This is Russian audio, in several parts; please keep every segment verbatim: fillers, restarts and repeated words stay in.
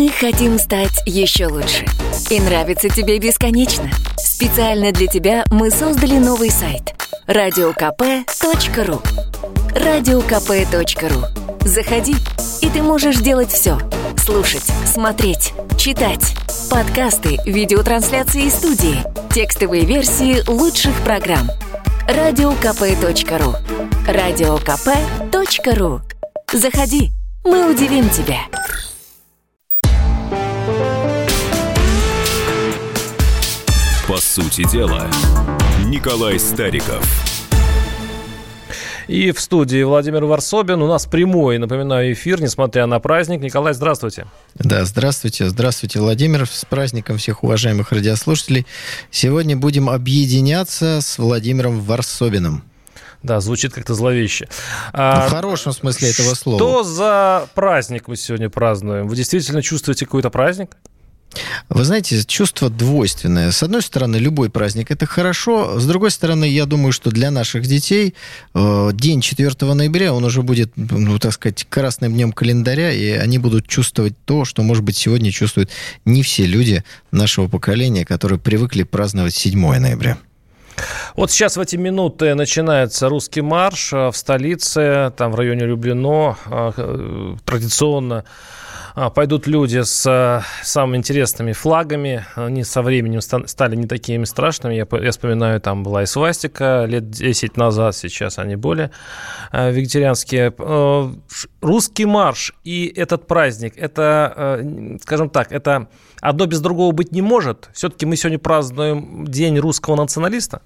Мы хотим стать еще лучше. И нравится тебе бесконечно. Специально для тебя мы создали новый сайт – радио ка пэ точка ру. радио ка пэ точка ру. Заходи, и ты можешь делать все. Слушать, смотреть, читать. Подкасты, видеотрансляции из студии, текстовые версии лучших программ. радио ка пэ точка ру. радио ка пэ точка ру. Заходи, мы удивим тебя. По сути дела, Николай Стариков. И в студии Владимир Варсобин. У нас прямой, напоминаю, эфир, несмотря на праздник. Николай, здравствуйте. Да, здравствуйте. Здравствуйте, Владимир. С праздником всех уважаемых радиослушателей. Сегодня будем объединяться с Владимиром Варсобиным. Да, звучит как-то зловеще. Ну, а, в хорошем смысле этого слова. Что за праздник мы сегодня празднуем? Вы действительно чувствуете какой-то праздник? Вы знаете, чувство двойственное. С одной стороны, любой праздник – это хорошо. С другой стороны, я думаю, что для наших детей день четвёртого ноября, он уже будет, ну, так сказать, красным днем календаря, и они будут чувствовать то, что, может быть, сегодня чувствуют не все люди нашего поколения, которые привыкли праздновать седьмого ноября. Вот сейчас в эти минуты начинается русский марш в столице, там в районе Люблино, традиционно пойдут люди с самыми интересными флагами. Они со временем стали не такими страшными. Я, я вспоминаю, там была и свастика лет десять назад, сейчас они более вегетарианские. Русский марш и этот праздник, это, скажем так, это одно без другого быть не может. Все-таки мы сегодня празднуем День русского националиста.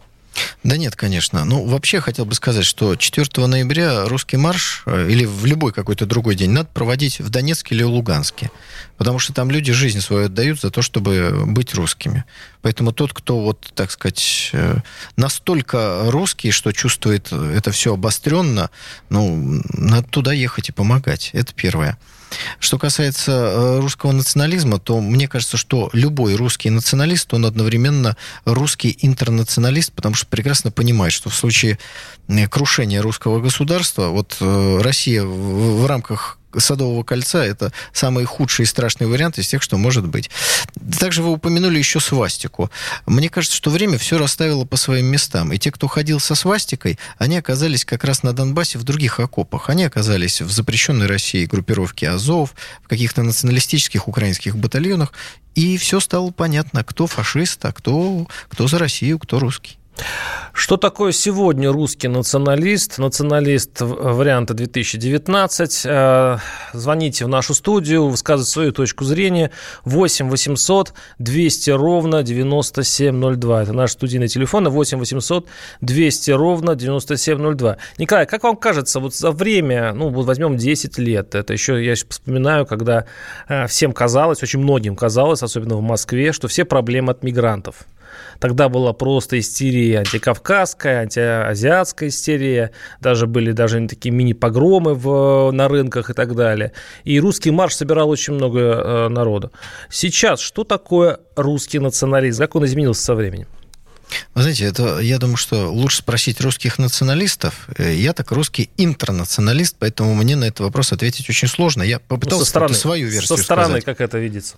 Да нет, конечно. Ну, вообще, хотел бы сказать, что четвёртого ноября русский марш или в любой какой-то другой день надо проводить в Донецке или в Луганске, потому что там люди жизнь свою отдают за то, чтобы быть русскими. Поэтому тот, кто, вот, так сказать, настолько русский, что чувствует это все обостренно, ну, надо туда ехать и помогать. Это первое. Что касается русского национализма, то мне кажется, что любой русский националист, он одновременно русский интернационалист, потому что прекрасно понимает, что в случае крушения русского государства, вот Россия в, в рамках Садового кольца – это самый худший и страшный вариант из тех, что может быть. Также вы упомянули еще свастику. Мне кажется, что время все расставило по своим местам. И те, кто ходил со свастикой, они оказались как раз на Донбассе в других окопах. Они оказались в запрещенной России группировке Азов, в каких-то националистических украинских батальонах. И все стало понятно, кто фашист, а кто, кто за Россию, кто русский. Что такое сегодня русский националист? Националист варианта две тысячи девятнадцать. Звоните в нашу студию, высказывайте свою точку зрения. восемь восемьсот двести ровно девяносто семь ноль два. Это наш студийный телефон. восемь восемьсот двести ровно девяносто семь ноль два. Николай, как вам кажется, вот за время, ну, вот возьмем десять лет, это еще, я вспоминаю, когда всем казалось, очень многим казалось, особенно в Москве, что все проблемы от мигрантов. Тогда была просто истерия антикавказская, антиазиатская истерия. Даже были даже такие мини-погромы в, на рынках и так далее. И русский марш собирал очень много э, народу. Сейчас что такое русский национализм? Как он изменился со временем? Вы знаете, это, я думаю, что лучше спросить русских националистов. Я так русский интернационалист, поэтому мне на этот вопрос ответить очень сложно. Я попытался ну, стороны, свою версию Со стороны, сказать. Как это видится?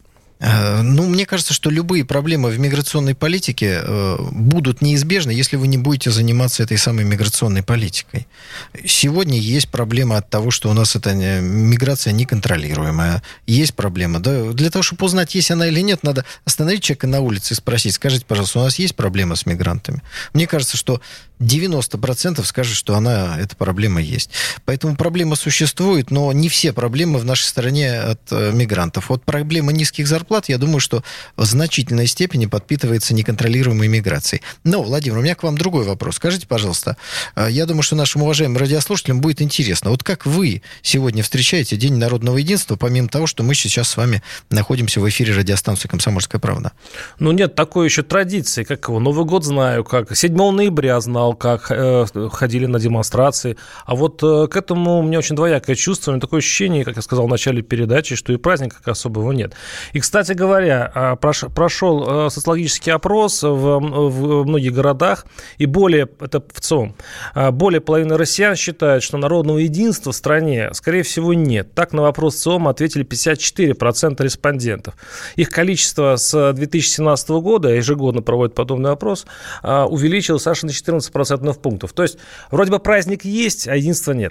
Ну, мне кажется, что любые проблемы в миграционной политике будут неизбежны, если вы не будете заниматься этой самой миграционной политикой. Сегодня есть проблема от того, что у нас эта миграция неконтролируемая. Есть проблема. Да? Для того, чтобы узнать, есть она или нет, надо остановить человека на улице и спросить: скажите, пожалуйста, у нас есть проблема с мигрантами? Мне кажется, что девяносто процентов скажут, что она, эта проблема есть. Поэтому проблема существует, но не все проблемы в нашей стране от мигрантов. Вот проблема низких зарплат, я думаю, что в значительной степени подпитывается неконтролируемой миграцией. Но, Владимир, у меня к вам другой вопрос. Скажите, пожалуйста, я думаю, что нашим уважаемым радиослушателям будет интересно. Вот как вы сегодня встречаете День народного единства, помимо того, что мы сейчас с вами находимся в эфире радиостанции «Комсомольская правда»? Ну, нет такой еще традиции, как его Новый год знаю, как седьмого ноября знал, как э, ходили на демонстрации. А вот э, к этому у меня очень двоякое чувство, у меня такое ощущение, как я сказал в начале передачи, что и праздника как особого нет. И, кстати, Кстати говоря, прошел социологический опрос в, в многих городах, и более, это в целом, более половины россиян считают, что народного единства в стране, скорее всего, нет. Так на вопрос ЦИОМ ответили пятьдесят четыре процента респондентов. Их количество с две тысячи семнадцатого года, ежегодно проводят подобный опрос, увеличилось аж на четырнадцать процентных пунктов. То есть, вроде бы праздник есть, а единства нет.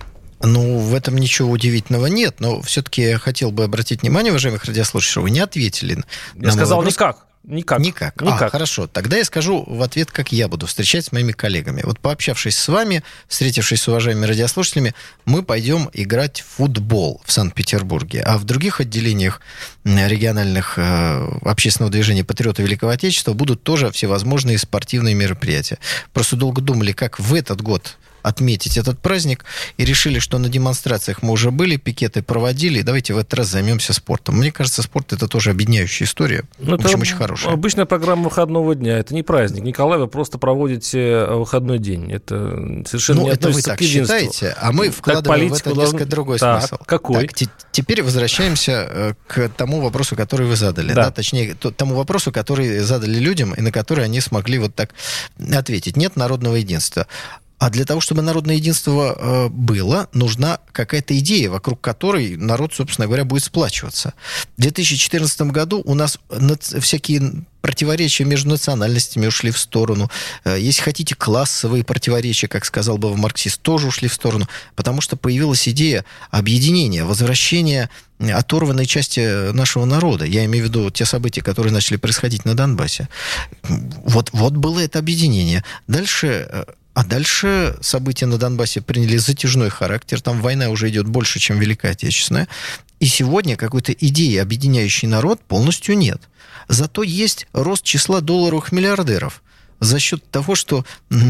Ну, в этом ничего удивительного нет, но все-таки я хотел бы обратить внимание, уважаемых радиослушателей, что вы не ответили на Я на сказал вопрос. никак. Никак. Никак. Никак. А, хорошо. Тогда я скажу в ответ, как я буду встречать с моими коллегами. Вот пообщавшись с вами, встретившись с уважаемыми радиослушателями, мы пойдем играть в футбол в Санкт-Петербурге. А в других отделениях региональных э, общественного движения «Патриоты Великого Отечества» будут тоже всевозможные спортивные мероприятия. Просто долго думали, как в этот год отметить этот праздник, и решили, что на демонстрациях мы уже были, пикеты проводили, и давайте в этот раз займемся спортом. Мне кажется, спорт — это тоже объединяющая история, ну, в общем, очень хорошая. Обычная программа выходного дня, это не праздник. Николай, вы просто проводите выходной день. Это совершенно ну, не это вы относится так к единству. считаете, а мы вкладываем в это должен... несколько другой так, смысл. Какой? Так, т- теперь возвращаемся к тому вопросу, который вы задали. Да. Да, точнее, к тому вопросу, который задали людям, и на который они смогли вот так ответить. Нет народного единства. А для того, чтобы народное единство э, было, нужна какая-то идея, вокруг которой народ, собственно говоря, будет сплачиваться. В две тысячи четырнадцатом году у нас наци- всякие противоречия между национальностями ушли в сторону. Э, если хотите, классовые противоречия, как сказал бы марксист, тоже ушли в сторону, потому что появилась идея объединения, возвращения оторванной части нашего народа. Я имею в виду те события, которые начали происходить на Донбассе. Вот, вот было это объединение. Дальше... А дальше события на Донбассе приняли затяжной характер. Там война уже идет больше, чем Великая Отечественная. И сегодня какой-то идеи, объединяющей народ, полностью нет. Зато есть рост числа долларовых миллиардеров за счет того, что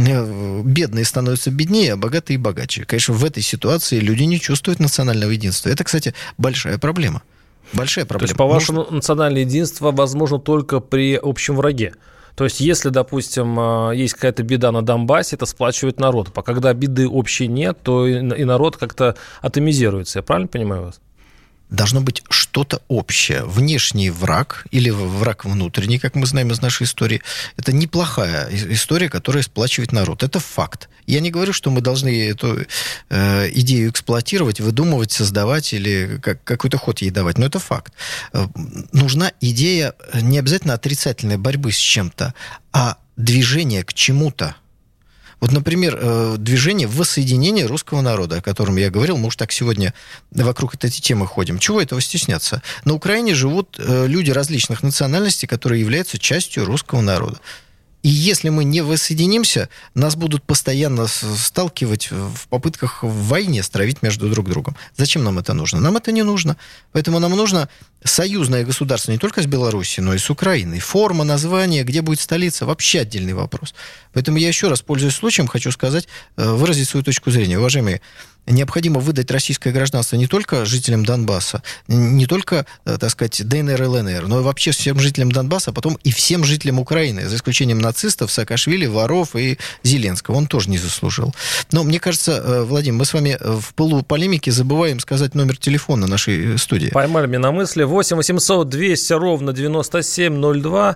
бедные становятся беднее, а богатые богаче. Конечно, в этой ситуации люди не чувствуют национального единства. Это, кстати, большая проблема. Большая проблема. То есть, по-вашему, Может... национальное единство возможно только при общем враге? То есть, если, допустим, есть какая-то беда на Донбассе, это сплачивает народ. А когда беды общей нет, то и народ как-то атомизируется. Я правильно понимаю вас? Должно быть что-то общее. Внешний враг или враг внутренний, как мы знаем из нашей истории, это неплохая история, которая сплачивает народ. Это факт. Я не говорю, что мы должны эту э, идею эксплуатировать, выдумывать, создавать или как, какой-то ход ей давать, но это факт. Э, нужна идея не обязательно отрицательной борьбы с чем-то, а движение к чему-то. Вот, например, движение воссоединения русского народа, о котором я говорил, мы уж так сегодня вокруг этой темы ходим. Чего этого стесняться? На Украине живут люди различных национальностей, которые являются частью русского народа. И если мы не воссоединимся, нас будут постоянно сталкивать в попытках в войне стравить между друг другом. Зачем нам это нужно? Нам это не нужно. Поэтому нам нужно союзное государство не только с Белоруссией, но и с Украиной. Форма, название, где будет столица, вообще отдельный вопрос. Поэтому я еще раз, пользуясь случаем, хочу сказать, выразить свою точку зрения. Уважаемые, необходимо выдать российское гражданство не только жителям Донбасса, не только, так сказать, ДНР, ЛНР, но и вообще всем жителям Донбасса, а потом и всем жителям Украины, за исключением нацистов, Саакашвили, воров и Зеленского. Он тоже не заслужил. Но мне кажется, Владимир, мы с вами в пылу полемики забываем сказать номер телефона нашей студии. Поймали меня на мысли. восемь восемьсот двести ровно девяносто семь ноль два.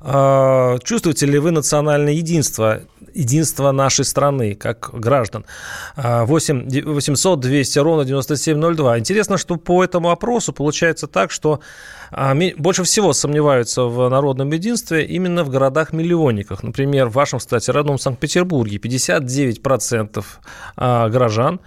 Чувствуете ли вы национальное единство? Единство нашей страны, как граждан. восемь восемьсот двести ровно девяносто семь ноль два. Интересно, что по этому опросу получается так, что больше всего сомневаются в народном единстве именно в городах-миллионниках. Например, в вашем, кстати, родном Санкт-Петербурге пятьдесят девять процентов горожан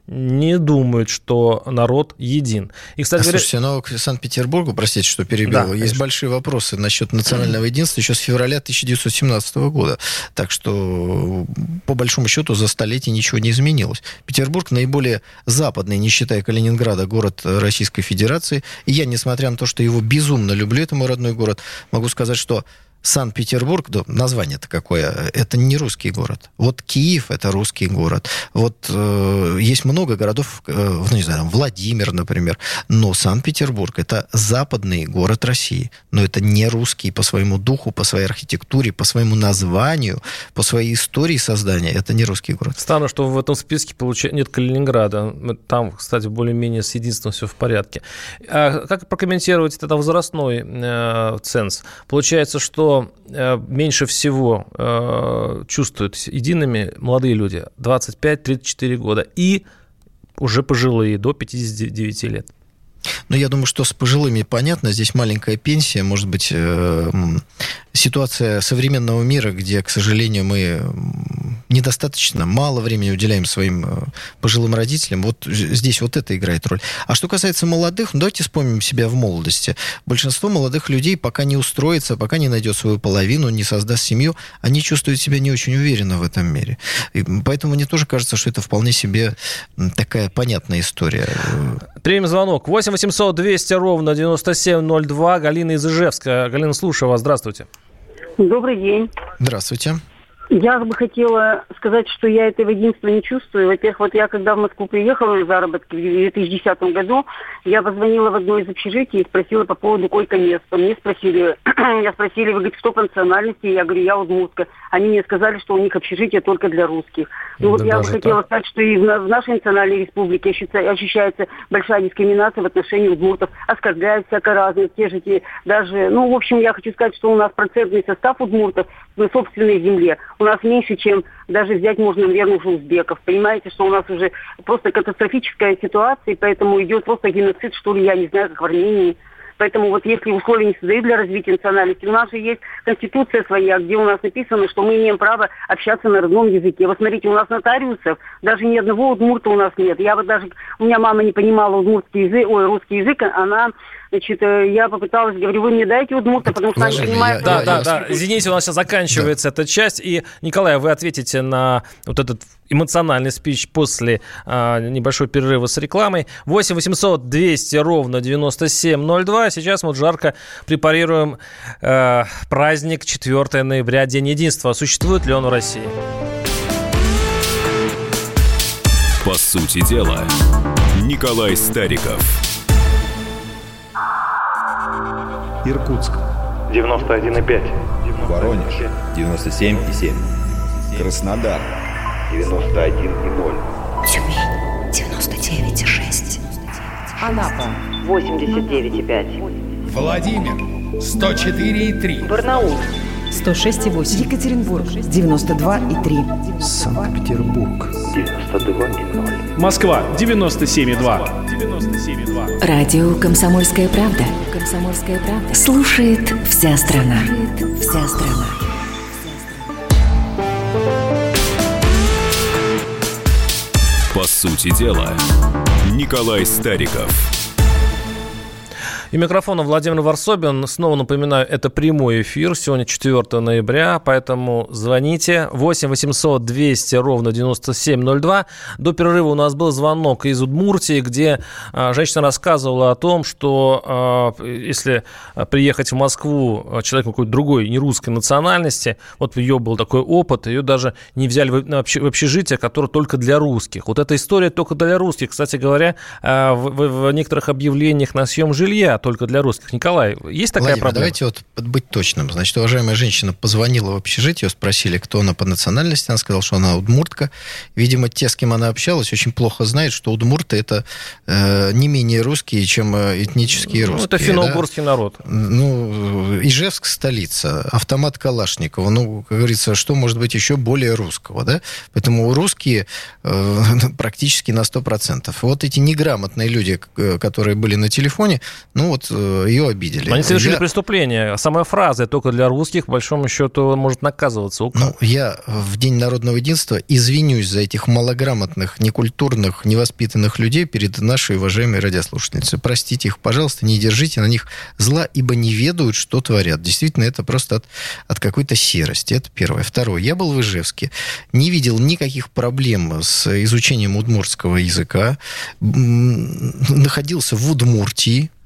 не думают, что народ един. И, кстати, а, говоря... слушайте, но к Санкт-Петербургу, простите, что перебил, да, есть конечно. Большие вопросы насчет национального единства еще с февраля тысяча девятьсот семнадцатого года. Так что, по большому счету, за столетие ничего не изменилось. Петербург наиболее западный, не считая Калининграда, город Российской Федерации. И я, несмотря на то, что его безумно люблю, это мой родной город, могу сказать, что Санкт-Петербург, да, название-то какое, это не русский город. Вот Киев – это русский город. Вот э, есть много городов, э, ну, не знаю, там, Владимир, например, но Санкт-Петербург – это западный город России. Но это не русский по своему духу, по своей архитектуре, по своему названию, по своей истории создания. Это не русский город. Странно, что в этом списке получается нет Калининграда. Там, кстати, более-менее с единством все в порядке. А как прокомментировать это возрастной э, ценз? Получается, что э, меньше всего э, чувствуют едиными молодые люди, двадцать пять - тридцать четыре года, и уже пожилые, до пятидесяти девяти лет. Ну, я думаю, что с пожилыми понятно. Здесь маленькая пенсия, может быть, э, ситуация современного мира, где, к сожалению, мы недостаточно мало времени уделяем своим пожилым родителям. Вот здесь вот это играет роль. А что касается молодых, ну, давайте вспомним себя в молодости. Большинство молодых людей, пока не устроится, пока не найдет свою половину, не создаст семью, они чувствуют себя не очень уверенно в этом мире. И поэтому мне тоже кажется, что это вполне себе такая понятная история. Примем звонок. восемь восемьсот двести ровно девяносто семь ноль два. Галина из Ижевска. Галина, слушаю вас. Здравствуйте. Добрый день. Здравствуйте. Я бы хотела сказать, что я этого единства не чувствую. Во-первых, вот я, когда в Москву приехала на заработки в две тысячи десятом году, я позвонила в одно из общежитий и спросила по поводу койко-места. Мне спросили, меня спросили, вы говорите, что по национальности? Я говорю, я удмуртка. Они мне сказали, что у них общежитие только для русских. Ну вот я бы хотела так сказать, что и в, в нашей национальной республике ощущается большая дискриминация в отношении удмуртов. Оскорбляют всяко разные, те же те, даже, ну, в общем, я хочу сказать, что у нас процентный состав удмуртов на собственной земле у нас меньше, чем даже взять можно, наверное, уже узбеков. Понимаете, что у нас уже просто катастрофическая ситуация, и поэтому идет просто геноцид, что ли, я не знаю, как в Армении. Поэтому вот если условия не создают для развития национальности, у нас же есть конституция своя, где у нас написано, что мы имеем право общаться на родном языке. Вот смотрите, у нас нотариусов, даже ни одного удмурта у нас нет. Я вот даже, у меня мама не понимала удмуртский язык, ой, русский язык, она... Значит, я попыталась, говорю, вы мне дайте удмурта, потому что они понимают... Да, да, да. Извините, у нас сейчас заканчивается да. эта часть. И, Николай, вы ответите на вот этот эмоциональный спич после а, небольшого перерыва с рекламой. восемь восемьсот двести ровно девяносто семь ноль два. Сейчас мы жарко препарируем а, праздник четвёртого ноября, День единства. Существует ли он в России? По сути дела, Николай Стариков. Иркутск девяносто один и пять, Воронеж девяносто семь и семь, Краснодар девяносто один и ноль, Тюмень девяносто девять и шесть, Анапа восемьдесят девять и пять, Владимир сто четыре и три, Барнаул сто шесть и восемь, Екатеринбург девяносто два и три, Санкт-Петербург девяносто два и ноль, Москва девяносто семь и два. Радио «Комсомольская правда». «Комсомольская правда». Слушает вся страна. Слушает вся страна. По сути дела, Николай Стариков. И микрофона Владимир Варсобин. Снова напоминаю, это прямой эфир. Сегодня четвёртого ноября, поэтому звоните восемь восемьсот двести ровно девяносто семь ноль два. До перерыва у нас был звонок из Удмуртии, где а, женщина рассказывала о том, что а, если приехать в Москву человеку какой-то другой, не русской национальности, вот ее был такой опыт, ее даже не взяли в, в общежитие, которое только для русских. Вот эта история только для русских. Кстати говоря, а, в, в, в некоторых объявлениях на съем жилья только для русских. Николай, есть такая Владимир, проблема? Давайте вот быть точным. Значит, уважаемая женщина позвонила в общежитие, ее спросили, кто она по национальности. Она сказала, что она удмуртка. Видимо, те, с кем она общалась, очень плохо знают, что удмурты — это э, не менее русские, чем этнические русские. Ну, это финно-угорский да? народ. Ну, Ижевск — столица. Автомат Калашникова. Ну, как говорится, что может быть еще более русского, да? Поэтому русские э, практически на сто процентов. Вот эти неграмотные люди, которые были на телефоне, ну, вот ее обидели. Они совершили я... преступление. Самая фраза «только для русских», по большому счету, может наказываться. О, ну, я в День народного единства извинюсь за этих малограмотных, некультурных, невоспитанных людей перед нашей уважаемой радиослушательницей. Простите их, пожалуйста, не держите на них зла, ибо не ведают, что творят. Действительно, это просто от, от какой-то серости. Это первое. Второе. Я был в Ижевске. Не видел никаких проблем с изучением удмуртского языка. Находился в Удмуртии.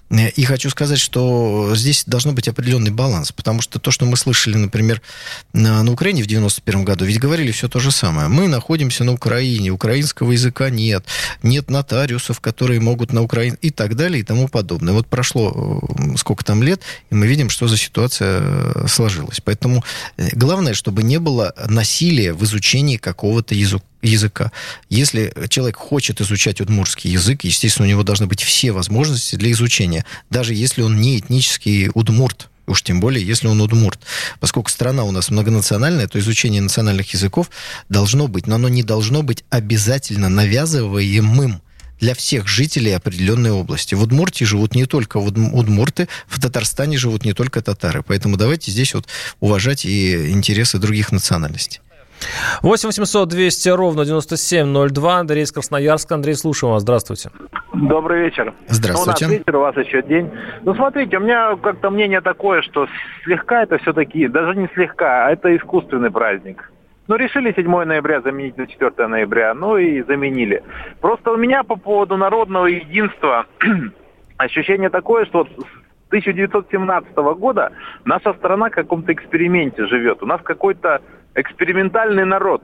И хочу сказать, что здесь должно быть определенный баланс, потому что то, что мы слышали, например, на, на Украине в девяносто первом году, ведь говорили все то же самое. Мы находимся на Украине, украинского языка нет, нет нотариусов, которые могут на Украине и так далее и тому подобное. Вот прошло сколько там лет, и мы видим, что за ситуация сложилась. Поэтому главное, чтобы не было насилия в изучении какого-то языка. языка. Если человек хочет изучать удмуртский язык, естественно, у него должны быть все возможности для изучения, даже если он не этнический удмурт, уж тем более, если он удмурт. Поскольку страна у нас многонациональная, то изучение национальных языков должно быть, но оно не должно быть обязательно навязываемым для всех жителей определенной области. В Удмуртии живут не только удмурты, в Татарстане живут не только татары. Поэтому давайте здесь вот уважать и интересы других национальностей. восемь восемьсот двести ровно девяносто семь ноль два. Андрей из Красноярска. Андрей, слушаю вас. Здравствуйте. Добрый вечер. Здравствуйте. Ну, у нас вечер, у вас еще день. Ну, смотрите, у меня как-то мнение такое, что слегка это все-таки, даже не слегка, а это искусственный праздник. Ну, решили седьмое ноября заменить на четвёртое ноября, ну и заменили. Просто у меня по поводу народного единства ощущение такое, что вот с тысяча девятьсот семнадцатого года наша страна в каком-то эксперименте живет. У нас какой-то экспериментальный народ.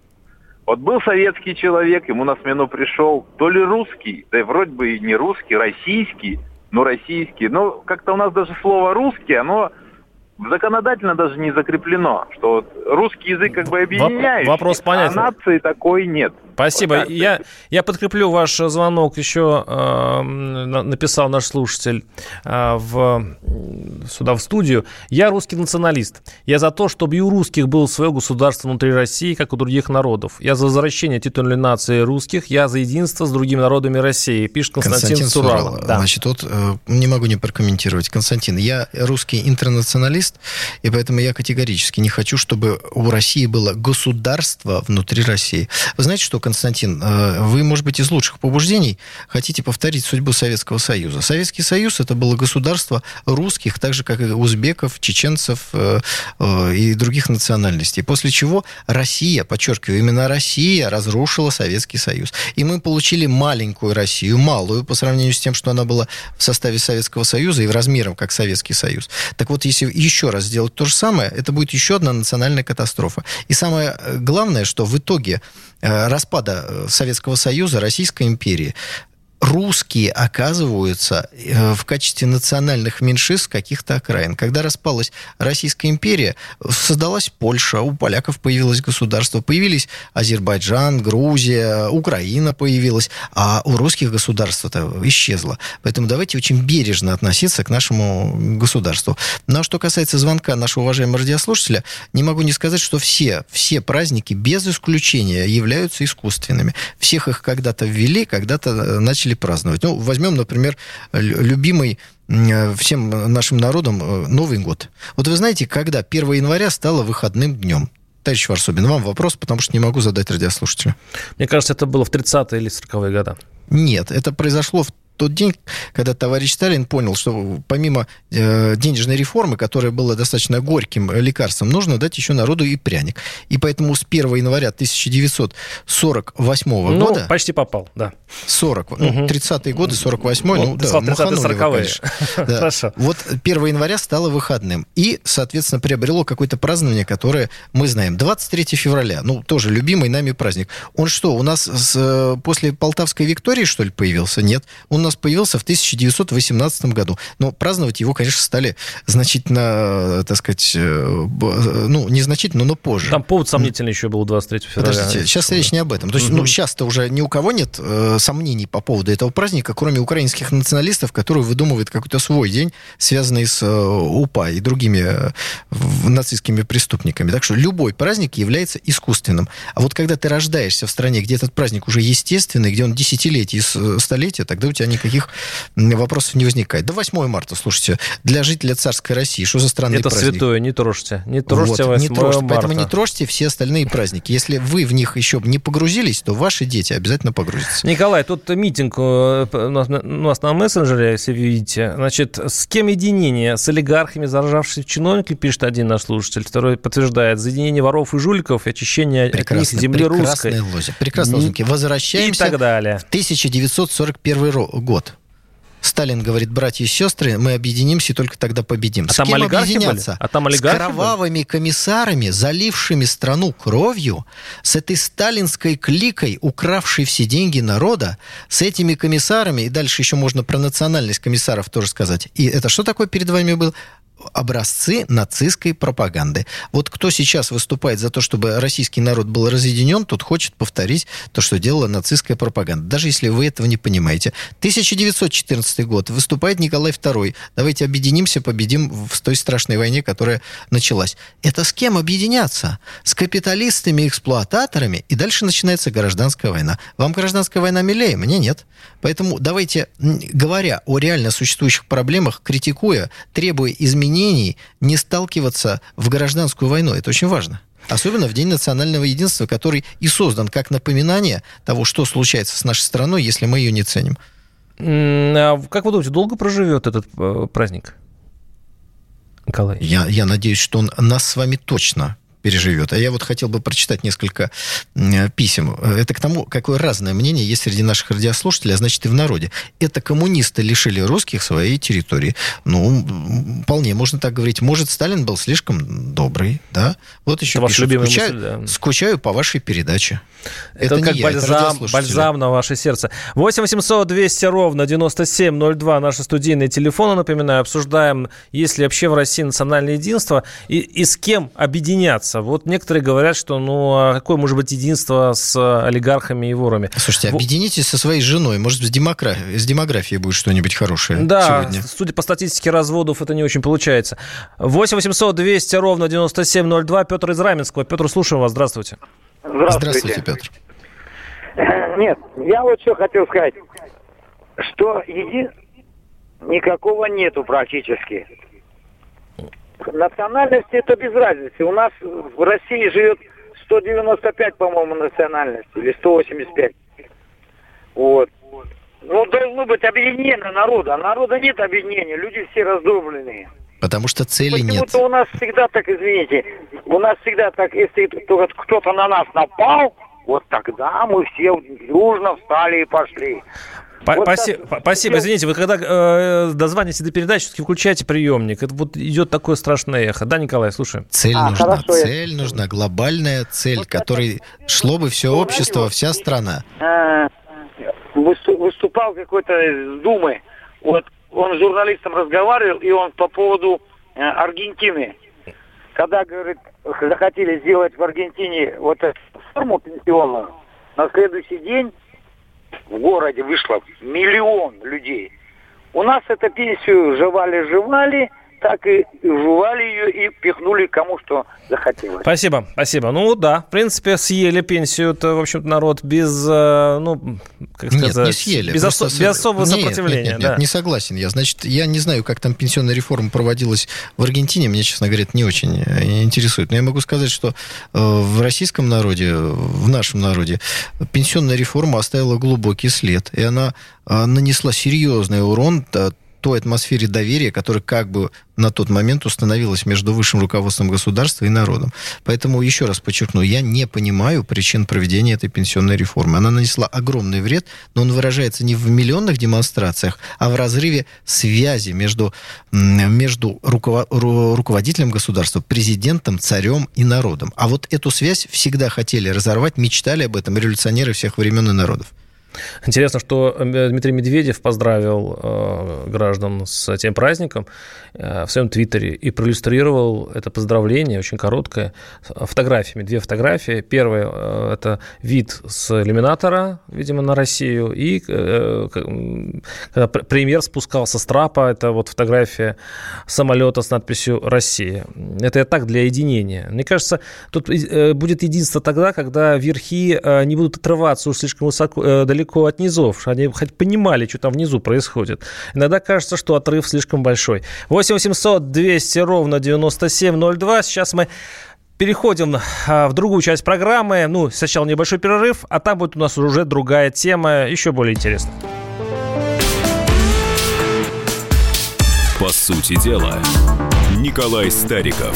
Вот был советский человек, ему на смену пришел то ли русский, да и вроде бы и не русский, российский, ну российский. Но как-то у нас даже слово «русский», оно законодательно даже не закреплено, что вот русский язык как бы объединяющий, вопрос понятен. А нации такой нет. Спасибо. Вот я, я подкреплю ваш звонок. Еще э, написал наш слушатель э, в, сюда в студию. Я русский националист. Я за то, чтобы и у русских было свое государство внутри России, как у других народов. Я за возвращение титульной нации русских. Я за единство с другими народами России. Пишет Константин, Константин Сурал. Сурал. Да. Значит, вот э, не могу не прокомментировать. Константин, я русский интернационалист, и поэтому я категорически не хочу, чтобы у России было государство внутри России. Вы знаете, что, Константин, вы, может быть, из лучших побуждений хотите повторить судьбу Советского Союза. Советский Союз — это было государство русских, так же, как и узбеков, чеченцев и других национальностей. После чего Россия, подчеркиваю, именно Россия разрушила Советский Союз. И мы получили маленькую Россию, малую, по сравнению с тем, что она была в составе Советского Союза и в размерах, как Советский Союз. Так вот, если еще раз сделать то же самое, это будет еще одна национальная катастрофа. И самое главное, что в итоге распада Советского Союза, Российской империи, русские оказываются в качестве национальных меньшинств каких-то окраин. Когда распалась Российская империя, создалась Польша, у поляков появилось государство, появились Азербайджан, Грузия, Украина появилась, а у русских государство-то исчезло. Поэтому давайте очень бережно относиться к нашему государству. Ну а что касается звонка нашего уважаемого радиослушателя, не могу не сказать, что все, все праздники без исключения являются искусственными. Всех их когда-то ввели, когда-то начали праздновать. Ну, возьмем, например, любимый всем нашим народом Новый год. Вот вы знаете, когда первого января стало выходным днем? Товарищ Варсобин, вам вопрос, потому что не могу задать радиослушателю. Мне кажется, это было в тридцатые или сороковые годы. Нет, это произошло в тот день, когда товарищ Сталин понял, что помимо э, денежной реформы, которая была достаточно горьким лекарством, нужно дать еще народу и пряник. И поэтому с первого января тысяча девятьсот сорок восьмого ну, года... почти попал, да. сорок, ну, тридцатые годы, сорок восьмой, ну, да, маханули вы, конечно. Да. Хорошо. Вот первого января стало выходным. И, соответственно, приобрело какое-то празднование, которое мы знаем. двадцать третьего февраля, ну, тоже любимый нами праздник. Он что, у нас с, после Полтавской Виктории, что ли, появился? Нет. Он у нас появился в тысяча девятьсот восемнадцатом году. Но праздновать его, конечно, стали значительно, так сказать, ну, незначительно, но позже. Там повод сомнительный еще был двадцать третьего февраля. Подождите, сейчас речь не об этом. То есть, угу. ну, сейчас-то уже ни у кого нет э, сомнений по поводу этого праздника, кроме украинских националистов, которые выдумывают какой-то свой день, связанный с э, УПА и другими э, нацистскими преступниками. Так что любой праздник является искусственным. А вот когда ты рождаешься в стране, где этот праздник уже естественный, где он десятилетия и столетия, тогда у тебя никаких вопросов не возникает. До восьмого марта, слушайте, для жителя царской России, что за странный это праздник? Это святое, не трожьте. Не трожьте вот, восьмого не трожьте, марта. Поэтому не трожьте все остальные праздники. Если вы в них еще не погрузились, то ваши дети обязательно погрузятся. Николай, тут митинг у нас, у нас на мессенджере, если видите. Значит, с кем единение? С олигархами, заржавшими чиновниками, пишет один наш слушатель. Второй подтверждает. За единение воров и жуликов и очищение прекрасно, от них земли русской. Прекрасные лозунги. Возвращаемся и так далее. в тысяча девятьсот сорок первый год. Сталин говорит: братья и сестры, мы объединимся и только тогда победим. А С там кем олигархи объединяться? были? А там С олигархи кровавыми были? комиссарами, залившими страну кровью, с этой сталинской кликой, укравшей все деньги народа, с этими комиссарами, и дальше еще можно про национальность комиссаров тоже сказать. И это что такое перед вами был? Образцы нацистской пропаганды. Вот кто сейчас выступает за то, чтобы российский народ был разъединен, тот хочет повторить то, что делала нацистская пропаганда. Даже если вы этого не понимаете. тысяча девятьсот четырнадцатый год. Выступает Николай второй. Давайте объединимся, победим в той страшной войне, которая началась. Это с кем объединяться? С капиталистами, эксплуататорами. И дальше начинается гражданская война. Вам гражданская война милее? Мне нет. Поэтому давайте, говоря о реально существующих проблемах, критикуя, требуя изменений, не сталкиваться в гражданскую войну. Это очень важно. Особенно в День национального единства, который и создан как напоминание того, что случается с нашей страной, если мы ее не ценим. А как вы думаете, долго проживет этот праздник, Николай? Я, я надеюсь, что он нас с вами точно переживет. А я вот хотел бы прочитать несколько писем. Это к тому, какое разное мнение есть среди наших радиослушателей, а значит и в народе. Это коммунисты лишили русских своей территории. Ну, вполне можно так говорить. Может, Сталин был слишком добрый, да? Вот еще пишут, скучаю, мысль, да. скучаю по вашей передаче. Это, это как я, бальзам, это бальзам на ваше сердце. восемь восемьсот двести ровно девяносто семь ноль два наши студийные телефоны, напоминаю, обсуждаем, есть ли вообще в России национальное единство и, и с кем объединяться. Вот некоторые говорят, что ну а какое может быть единство с олигархами и ворами? Слушайте, объединитесь со своей женой, может, с демографией, с демографией будет что-нибудь хорошее да, сегодня. Судя по статистике разводов, это не очень получается. восемь восемьсот двести ровно девяносто семь ноль два. Петр из Раменского. Петр, слушаем вас. Здравствуйте. Здравствуйте. Здравствуйте, Петр. Нет, я вот что хотел сказать, что еди... никакого нету практически. Национальности это без разницы. У нас в России живет сто девяносто пять, по-моему, национальностей, или сто восемьдесят пять. Вот. Ну, должно быть объединение народа. А народа нет объединения, люди все раздробленные. Потому что цели нет. Почему-то у нас всегда так, извините, у нас всегда так, если кто-то на нас напал, вот тогда мы все дружно встали и пошли. Вот спасибо, так, спасибо. Все... Извините, вы когда э, дозвонитесь до передачи, все-таки включайте приемник. Это вот идет такое страшное эхо. Да, Николай, слушаем. Цель а, нужна, хорошо, цель я... нужна, глобальная цель, вот которой это... шло бы все общество, вся страна. А, выступал какой-то из Думы, вот он с журналистом разговаривал, и он по поводу э, Аргентины. Когда, говорит, захотели сделать в Аргентине вот эту форму пенсионную, на следующий день в городе вышло миллион людей. У нас эту пенсию жевали-жевали, так и жевали ее и пихнули кому что захотелось. Спасибо, спасибо. Ну да, в принципе, съели пенсию-то, в общем-то, народ без, ну, как сказать... Нет, не съели. Без, осо- без особого нет, сопротивления. Нет, нет, нет, да. не согласен я. Значит, я не знаю, как там пенсионная реформа проводилась в Аргентине, мне, честно говоря, это не очень интересует. Но я могу сказать, что в российском народе, в нашем народе, пенсионная реформа оставила глубокий след, и она нанесла серьезный урон той атмосфере доверия, которая как бы на тот момент установилась между высшим руководством государства и народом. Поэтому, еще раз подчеркну, я не понимаю причин проведения этой пенсионной реформы. Она нанесла огромный вред, но он выражается не в миллионных демонстрациях, а в разрыве связи между, между руковод, руководителем государства, президентом, царем и народом. А вот эту связь всегда хотели разорвать, мечтали об этом революционеры всех времен и народов. Интересно, что Дмитрий Медведев поздравил э, граждан с этим праздником э, в своем твиттере и проиллюстрировал это поздравление, очень короткое, фотографиями. Две фотографии. Первая э, – это вид с иллюминатора, видимо, на Россию, и э, когда премьер спускался с трапа, это вот фотография самолета с надписью «Россия». Это так, для единения. Мне кажется, тут э, будет единство тогда, когда верхи э, не будут отрываться уж слишком высоко, э, далеко от низов, чтобы они хоть понимали, что там внизу происходит. Иногда кажется, что отрыв слишком большой. восемь восемьсот двести ровно девяносто семь ноль два. Сейчас мы переходим в другую часть программы. Ну, сначала небольшой перерыв, а там будет у нас уже другая тема, еще более интересная. По сути дела, Николай Стариков.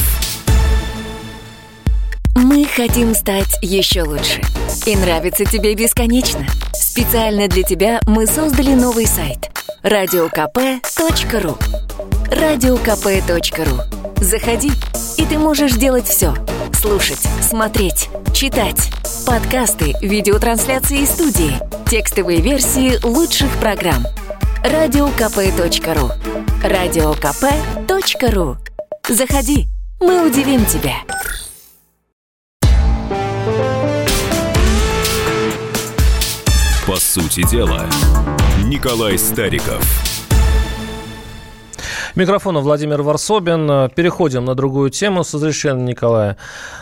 Мы хотим стать еще лучше. И нравится тебе бесконечно. Специально для тебя мы создали новый сайт радио ка пэ точка ру. радио ка пэ точка ру. Заходи, и ты можешь делать все. Слушать, смотреть, читать. Подкасты, видеотрансляции из студии. Текстовые версии лучших программ. радио ка пэ точка ру. радио ка пэ точка ру. Заходи, мы удивим тебя. По сути дела, Николай Стариков. Микрофон Владимир Варсобин. Переходим на другую тему с разрешения Николая.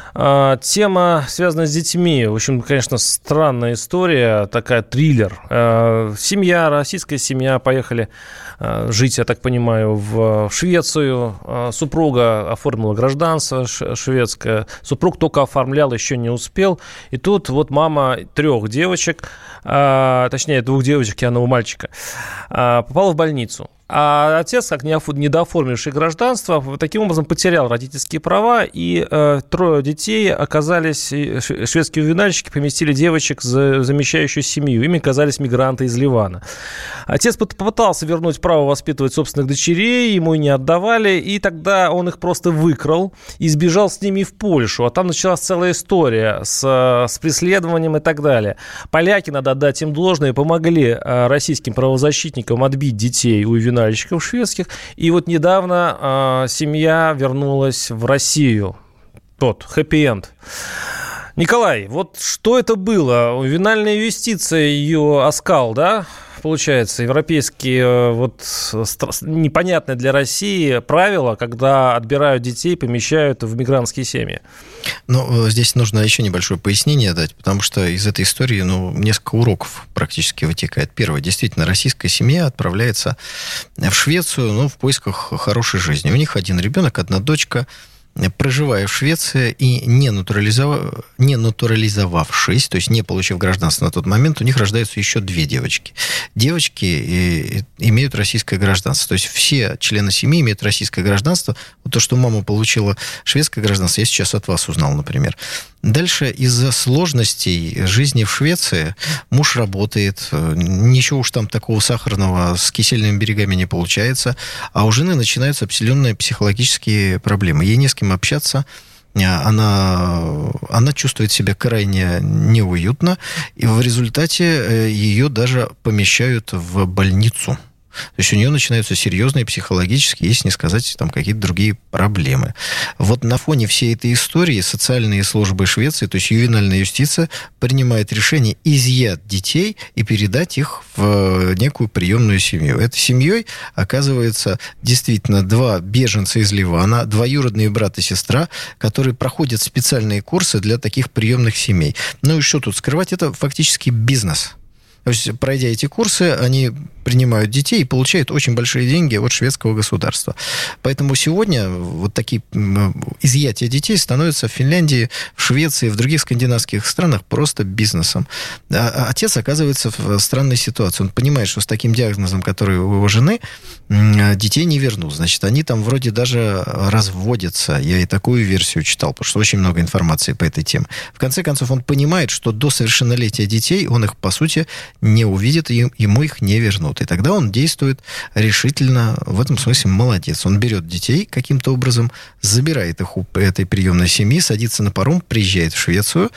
Тема, связанная с детьми. В общем, конечно, странная история, такая триллер. Семья, российская семья, поехали жить, я так понимаю, в Швецию. Супруга оформила гражданство шведское. Супруг только оформлял, еще не успел. И тут вот мама трех девочек, точнее, двух девочек и одного мальчика, попала в больницу. А отец, как недооформивший гражданство, таким образом потерял родительские права, и э, трое детей оказались, шведские ювенальщики поместили девочек в замещающую семью. Ими оказались мигранты из Ливана. Отец попытался вернуть право воспитывать собственных дочерей, ему и не отдавали, и тогда он их просто выкрал и сбежал с ними в Польшу. А там началась целая история с, с преследованием и так далее. Поляки, надо отдать им должное, помогли российским правозащитникам отбить детей у ювенальщиков шведских. И вот недавно э, семья вернулась в Россию. Тот, хэппи-энд. Николай, вот что это было? Ювенальная юстиция, ее оскал, да? Получается, европейские вот непонятные для России правила, когда отбирают детей, помещают в мигрантские семьи. Ну, здесь нужно еще небольшое пояснение дать, потому что из этой истории, ну, несколько уроков практически вытекает. Первое, действительно, российская семья отправляется в Швецию, ну, в поисках хорошей жизни. У них один ребенок, одна дочка. Проживая в Швеции и не, натурализов... не натурализовавшись, то есть не получив гражданство на тот момент, у них рождаются еще две девочки. Девочки имеют российское гражданство. То есть все члены семьи имеют российское гражданство. Вот то, что мама получила шведское гражданство, я сейчас от вас узнал, например. Дальше из-за сложностей жизни в Швеции муж работает, ничего уж там такого сахарного с кисельными берегами не получается, а у жены начинаются определенные психологические проблемы. Ей не с кем общаться, она, она чувствует себя крайне неуютно, и в результате ее даже помещают в больницу. То есть у нее начинаются серьезные психологические, если не сказать, там какие-то другие проблемы. Вот на фоне всей этой истории социальные службы Швеции, то есть ювенальная юстиция, принимает решение изъять детей и передать их в некую приемную семью. Этой семьей оказывается действительно два беженца из Ливана, двоюродные брат и сестра, которые проходят специальные курсы для таких приемных семей. Ну и что тут скрывать? Это фактически бизнес. То есть, пройдя эти курсы, они принимают детей и получают очень большие деньги от шведского государства. Поэтому сегодня вот такие изъятия детей становятся в Финляндии, в Швеции, в других скандинавских странах просто бизнесом. А отец оказывается в странной ситуации. Он понимает, что с таким диагнозом, который у его жены, детей не вернут. Значит, они там вроде даже разводятся. Я и такую версию читал, потому что очень много информации по этой теме. В конце концов, он понимает, что до совершеннолетия детей он их, по сути, не увидит, и ему их не вернут. И тогда он действует решительно, в этом смысле молодец. Он берет детей каким-то образом, забирает их у этой приемной семьи, садится на паром, приезжает в Швецию,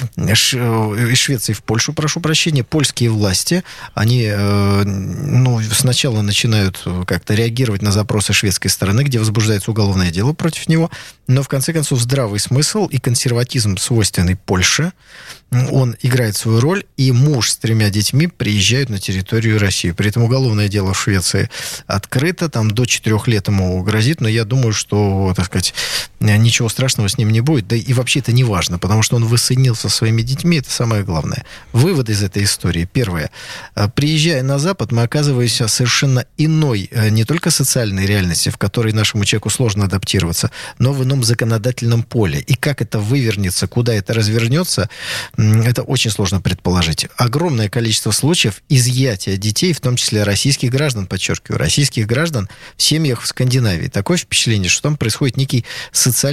из Швеции в Польшу, прошу прощения. Польские власти, они ну, сначала начинают как-то реагировать на запросы шведской стороны, где возбуждается уголовное дело против него, но в конце концов здравый смысл и консерватизм, свойственный Польше, он играет свою роль, и муж с тремя детьми приезжают на территорию России. При этом уголовное дело в Швеции открыто, там до четырех лет ему грозит, но я думаю, что, так сказать, ничего страшного с ним не будет, да и вообще это не важно, потому что он воссоединился со своими детьми, это самое главное. Выводы из этой истории. Первое. Приезжая на Запад, мы оказываемся в совершенно иной, не только социальной реальности, в которой нашему человеку сложно адаптироваться, но в ином законодательном поле. И как это вывернется, куда это развернется, это очень сложно предположить. Огромное количество случаев изъятия детей, в том числе российских граждан, подчеркиваю, российских граждан в семьях в Скандинавии. Такое впечатление, что там происходит некий социальный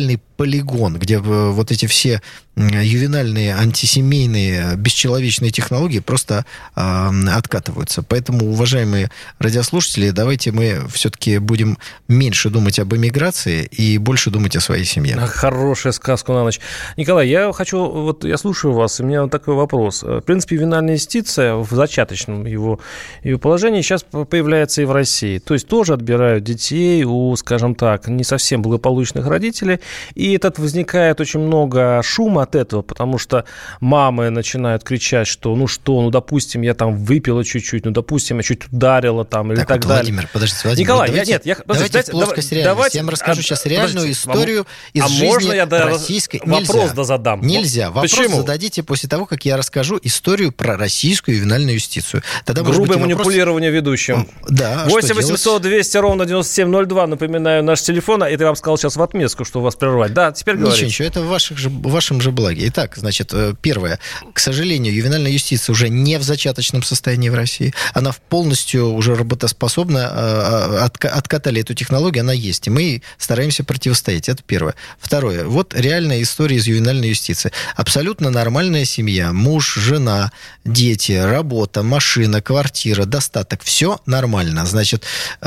полигон, где вот эти все ювенальные, антисемейные, бесчеловечные технологии просто э, откатываются. Поэтому, уважаемые радиослушатели, давайте мы все-таки будем меньше думать об эмиграции и больше думать о своей семье. Хорошая сказка на ночь. Николай, я хочу, вот я слушаю вас, и у меня вот такой вопрос. В принципе, ювенальная юстиция в зачаточном его, его положении сейчас появляется и в России. То есть тоже отбирают детей у, скажем так, не совсем благополучных родителей, и этот возникает очень много шума от этого, потому что мамы начинают кричать, что ну что, ну допустим, я там выпила чуть-чуть, ну допустим, я чуть ударила там или так, так вот, далее. Владимир, подождите, Владимир, Николай, давайте, я, нет, я, давайте дайте, в плоскость давайте, реальности. Я вам расскажу а, сейчас реальную историю а, из а жизни можно я российской. Вопрос Нельзя. да задам. Нельзя. Вопрос Почему? зададите после того, как я расскажу историю про российскую ювенальную юстицию. Тогда, грубое быть, манипулирование вопрос... ведущим. Да. восемь восемьсот двести ровно девяносто семь ноль два. Напоминаю, наш телефон. Это я вам сказал сейчас в отместку, что вас прервать. Да, теперь говорите. Ничего, ничего. Это в, ваших же, в вашем же благе. Итак, значит, первое. К сожалению, ювенальная юстиция уже не в зачаточном состоянии в России. Она полностью уже работоспособна. Откатали эту технологию, она есть. И мы стараемся противостоять. Это первое. Второе. Вот реальная история из ювенальной юстиции. Абсолютно нормальная семья. Муж, жена, дети, работа, машина, квартира, достаток. Все нормально. Значит,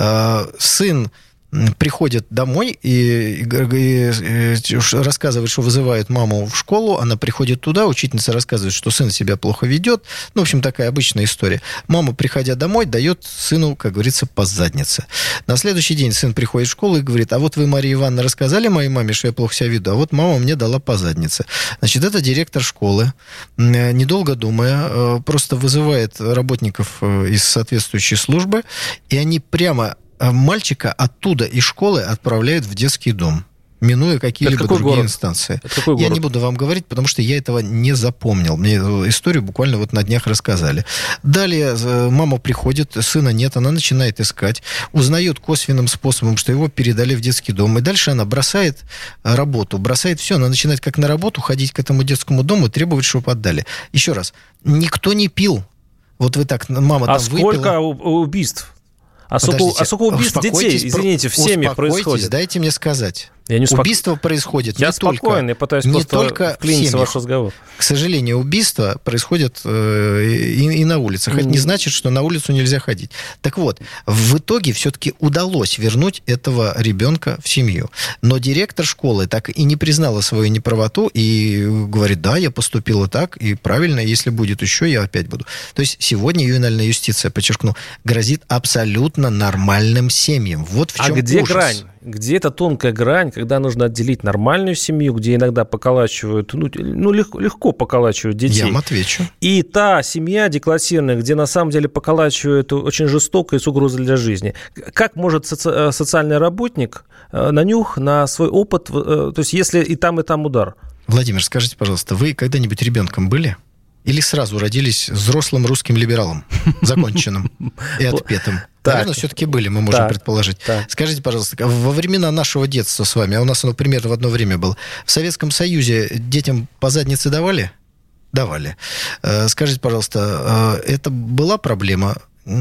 сын приходит домой и, и, и, и рассказывает, что вызывает маму в школу. Она приходит туда, учительница рассказывает, что сын себя плохо ведет. Ну, в общем, такая обычная история. Мама, приходя домой, дает сыну, как говорится, по заднице. На следующий день сын приходит в школу и говорит: а вот вы, Мария Ивановна, рассказали моей маме, что я плохо себя веду, а вот мама мне дала по заднице. Значит, это директор школы, недолго думая, просто вызывает работников из соответствующей службы, и они прямо мальчика оттуда из школы отправляют в детский дом, минуя какие-либо другие город? инстанции. Я город? не буду вам говорить, потому что я этого не запомнил. Мне эту историю буквально вот на днях рассказали. Далее мама приходит, сына нет, она начинает искать, узнает косвенным способом, что его передали в детский дом, и дальше она бросает работу, бросает все, она начинает как на работу ходить к этому детскому дому и требовать, чтобы отдали. Еще раз, никто не пил. Вот вы так, мама а там выпила. А сколько убийств? А сколько, а сколько убийств детей, извините, в семьях происходит? Дайте мне сказать. Я не убийство успок... происходит я не спокоен, только... Я пытаюсь не просто только вклиниться в ваш разговор. К сожалению, убийства происходят э, и, и на улицах. Mm. Это не значит, что на улицу нельзя ходить. Так вот, в итоге все-таки удалось вернуть этого ребенка в семью. Но директор школы так и не признала свою неправоту и говорит: да, я поступила так, и правильно, если будет еще, я опять буду. То есть сегодня ювенальная юстиция, подчеркну, грозит абсолютно нормальным семьям. Вот в чем а где ужас. грань? Где эта тонкая грань, когда нужно отделить нормальную семью, где иногда поколачивают, ну, ну легко, легко поколачивают детей. Я вам отвечу. И та семья деклассированная, где на самом деле поколачивают очень жестоко и с угрозой для жизни. Как может соци- социальный работник на нюх, на свой опыт, то есть если и там, и там удар? Владимир, скажите, пожалуйста, вы когда-нибудь ребенком были? Или сразу родились взрослым русским либералом, законченным и отпетым? Наверное, все-таки были, мы можем так, предположить. Так. Скажите, пожалуйста, во времена нашего детства с вами, а у нас оно примерно в одно время было, в Советском Союзе детям по заднице давали? Давали. Скажите, пожалуйста, это была проблема?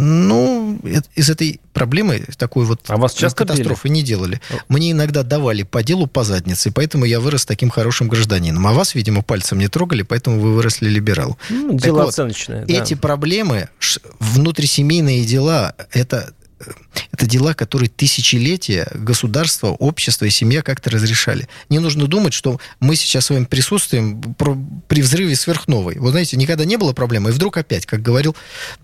Ну, из этой проблемы такой вот а вас часто катастрофы били? Не делали. Мне иногда давали по делу по заднице, поэтому я вырос таким хорошим гражданином. А вас, видимо, пальцем не трогали, поэтому вы выросли либерал. Ну, дело вот, оценочное. Эти да. проблемы, внутрисемейные дела, это... Это дела, которые тысячелетия государство, общество и семья как-то разрешали. Не нужно думать, что мы сейчас с вами присутствуем при взрыве сверхновой. Вы знаете, никогда не было проблемы, и вдруг опять, как говорил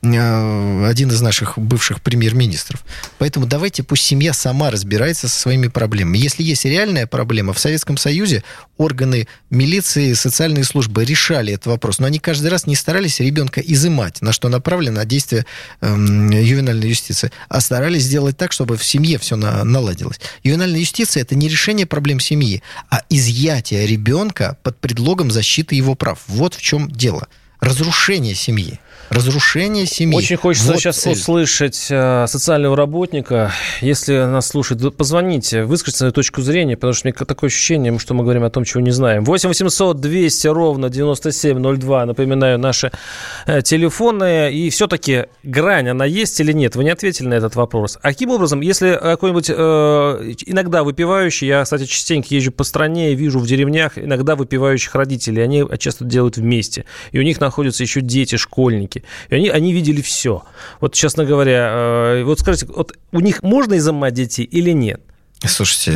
один из наших бывших премьер-министров. Поэтому давайте пусть семья сама разбирается со своими проблемами. Если есть реальная проблема, в Советском Союзе органы милиции, социальные службы решали этот вопрос, но они каждый раз не старались ребенка изымать, на что направлено действие э, ювенальной юстиции, а старались сделать так, чтобы в семье все на, наладилось. Ювенальная юстиция – это не решение проблем семьи, а изъятие ребенка под предлогом защиты его прав. Вот в чем дело. разрушение семьи. Разрушение семьи. Очень хочется вот сейчас цель. услышать э, социального работника. Если нас слушают, позвоните, выскажите свою точку зрения, потому что у меня такое ощущение, что мы говорим о том, чего не знаем. восемь восемьсот двести ровно девяносто семь ноль два. Напоминаю, наши э, телефоны. И все-таки грань, она есть или нет? Вы не ответили на этот вопрос. А каким образом, если какой-нибудь э, иногда выпивающий, я, кстати, частенько езжу по стране и вижу в деревнях иногда выпивающих родителей, они часто делают вместе. И у них находятся еще дети, школьники. И они, они видели все. Вот, честно говоря, э, вот скажите, вот у них можно изымать детей или нет? Слушайте,